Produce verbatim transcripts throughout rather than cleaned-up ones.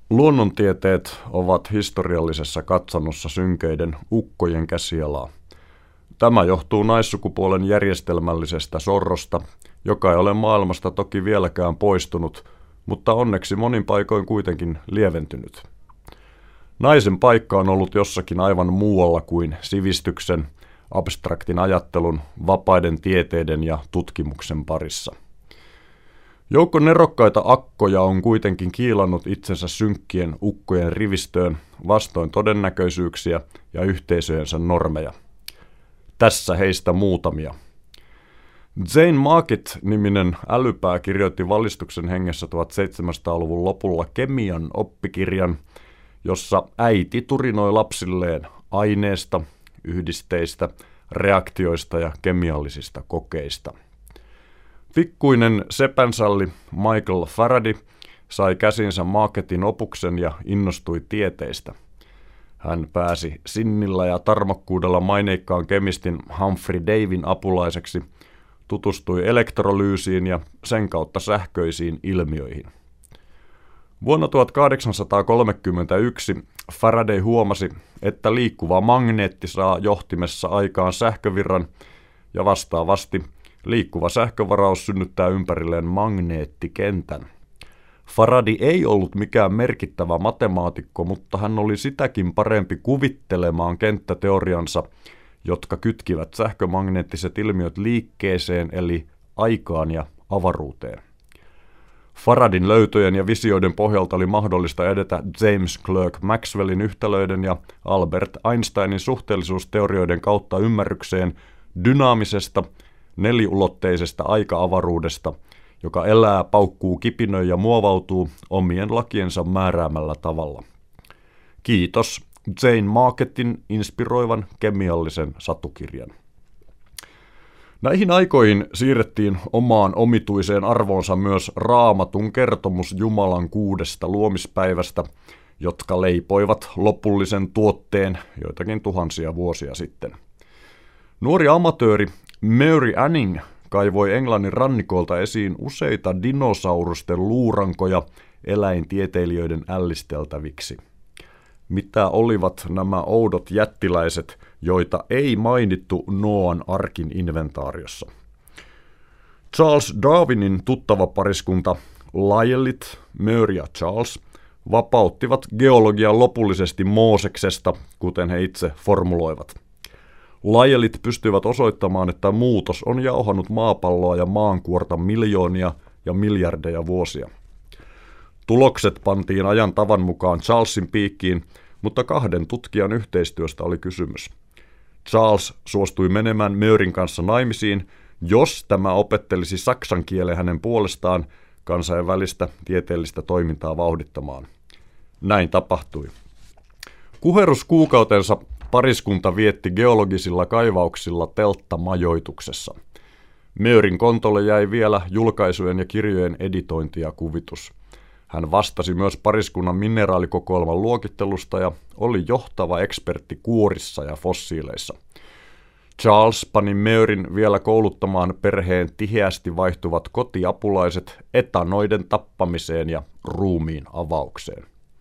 Luonnontieteet ovat historiallisessa katsannossa synkeiden ukkojen käsialaa. Tämä johtuu naissukupuolen järjestelmällisestä sorrosta, joka ei ole maailmasta toki vieläkään poistunut, mutta onneksi monin paikoin kuitenkin lieventynyt. Naisen paikka on ollut jossakin aivan muualla kuin sivistyksen, abstraktin ajattelun, vapaiden tieteiden ja tutkimuksen parissa. Joukko nerokkaita akkoja on kuitenkin kiilannut itsensä synkkien ukkojen rivistöön vastoin todennäköisyyksiä ja yhteisöjensä normeja. Tässä heistä muutamia. Jane Market-niminen älypää kirjoitti valistuksen hengessä tuhatseitsemänsataaluvun lopulla kemian oppikirjan, jossa äiti turinoi lapsilleen aineesta, yhdisteistä, reaktioista ja kemiallisista kokeista. Pikkuinen sepänsalli Michael Faraday sai käsinsä Marketin opuksen ja innostui tieteistä. Hän pääsi sinnillä ja tarmokkuudella maineikkaan kemistin Humphrey Davyn apulaiseksi, tutustui elektrolyysiin ja sen kautta sähköisiin ilmiöihin. Vuonna tuhatkahdeksansataakolmekymmentäyksi Faraday huomasi, että liikkuva magneetti saa johtimessa aikaan sähkövirran ja vastaavasti liikkuva sähkövaraus synnyttää ympärilleen magneettikentän. Faraday ei ollut mikään merkittävä matemaatikko, mutta hän oli sitäkin parempi kuvittelemaan kenttäteoriansa, jotka kytkivät sähkömagneettiset ilmiöt liikkeeseen eli aikaan ja avaruuteen. Faradayn löytöjen ja visioiden pohjalta oli mahdollista edetä James Clerk Maxwellin yhtälöiden ja Albert Einsteinin suhteellisuusteorioiden kautta ymmärrykseen dynaamisesta, neliulotteisesta aika-avaruudesta, joka elää, paukkuu, kipinöi ja muovautuu omien lakiensa määräämällä tavalla. Kiitos Jane Marketin inspiroivan kemiallisen satukirjan. Näihin aikoihin siirrettiin omaan omituiseen arvoonsa myös Raamatun kertomus Jumalan kuudesta luomispäivästä, jotka leipoivat lopullisen tuotteen joitakin tuhansia vuosia sitten. Nuori amatööri Mary Anning kaivoi Englannin rannikolta esiin useita dinosaurusten luurankoja eläintieteilijöiden ällisteltäviksi. Mitä olivat nämä oudot jättiläiset, joita ei mainittu Noan arkin inventaariossa? Charles Darwinin tuttava pariskunta Lyellit, Mary ja Charles, vapauttivat geologian lopullisesti Mooseksesta, kuten he itse formuloivat. Lyellit pystyivät osoittamaan, että muutos on jauhanut maapalloa ja maankuorta miljoonia ja miljardeja vuosia. Tulokset pantiin ajan tavan mukaan Charlesin piikkiin, mutta kahden tutkijan yhteistyöstä oli kysymys. Charles suostui menemään Maryn kanssa naimisiin, jos tämä opettelisi saksan kielen hänen puolestaan kansainvälistä tieteellistä toimintaa vauhdittamaan. Näin tapahtui. Kuheruskuukautensa pariskunta vietti geologisilla kaivauksilla telttamajoituksessa. Maryn kontolle jäi vielä julkaisujen ja kirjojen editointi ja kuvitus. Hän vastasi myös pariskunnan mineraalikokoelman luokittelusta ja oli johtava ekspertti kuorissa ja fossiileissa. Charles pani Maryn vielä kouluttamaan perheen tiheästi vaihtuvat kotiapulaiset etanoiden tappamiseen ja ruumiin avaukseen.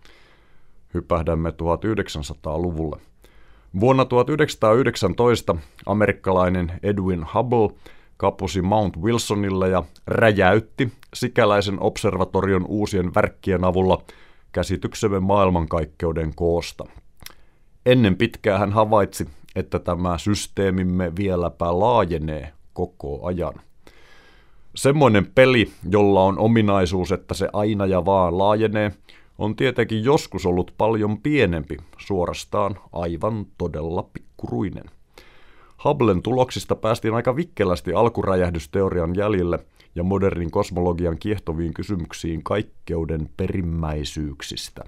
Hypähdämme tuhatyhdeksänsataaluvulle. Vuonna tuhatyhdeksänsataayhdeksäntoista amerikkalainen Edwin Hubble kapusi Mount Wilsonille ja räjäytti sikäläisen observatorion uusien värkkien avulla käsityksemme maailmankaikkeuden koosta. Ennen pitkää hän havaitsi, että tämä systeemimme vieläpä laajenee koko ajan. Semmoinen peli, jolla on ominaisuus, että se aina ja vaan laajenee, on tietenkin joskus ollut paljon pienempi, suorastaan aivan todella pikkuruinen. Hubblen tuloksista päästiin aika vikkelästi alkuräjähdysteorian jäljille ja modernin kosmologian kiehtoviin kysymyksiin kaikkeuden perimmäisyyksistä.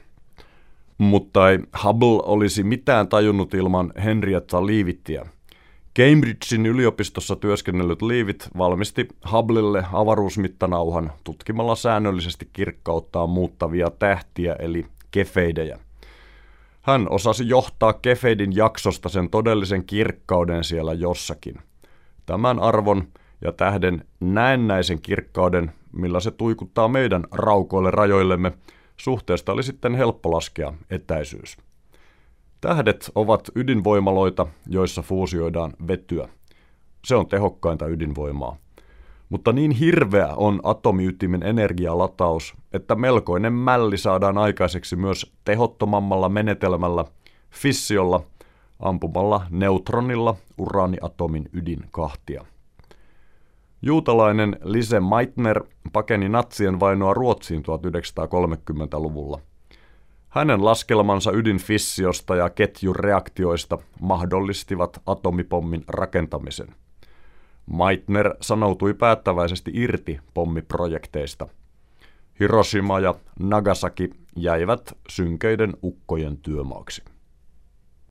Mutta ei Hubble olisi mitään tajunnut ilman Henrietta Leavitia. Cambridgein yliopistossa työskennellyt Leavitt valmisti Hubblelle avaruusmittanauhan tutkimalla säännöllisesti kirkkauttaan muuttavia tähtiä eli kefeidejä. Hän osasi johtaa kefeidin jaksosta sen todellisen kirkkauden siellä jossakin. Tämän arvon ja tähden näennäisen kirkkauden, millä se tuikuttaa meidän raukoille rajoillemme, Suhteesta oli sitten helppo laskea etäisyys. Tähdet ovat ydinvoimaloita, joissa fuusioidaan vetyä. Se on tehokkainta ydinvoimaa. Mutta niin hirveä on atomiytimen energialataus, että melkoinen mälli saadaan aikaiseksi myös tehottomammalla menetelmällä, fissiolla, ampumalla neutronilla uraaniatomin ydin kahtia. Juutalainen Lise Meitner pakeni natsien vainoa Ruotsiin tuhatyhdeksänsataakolmekymmentäluvulla. Hänen laskelmansa ydinfissiosta ja ketjureaktioista mahdollistivat atomipommin rakentamisen. Meitner sanoutui päättäväisesti irti pommiprojekteista. Hiroshima ja Nagasaki jäivät synkeiden ukkojen työmaaksi.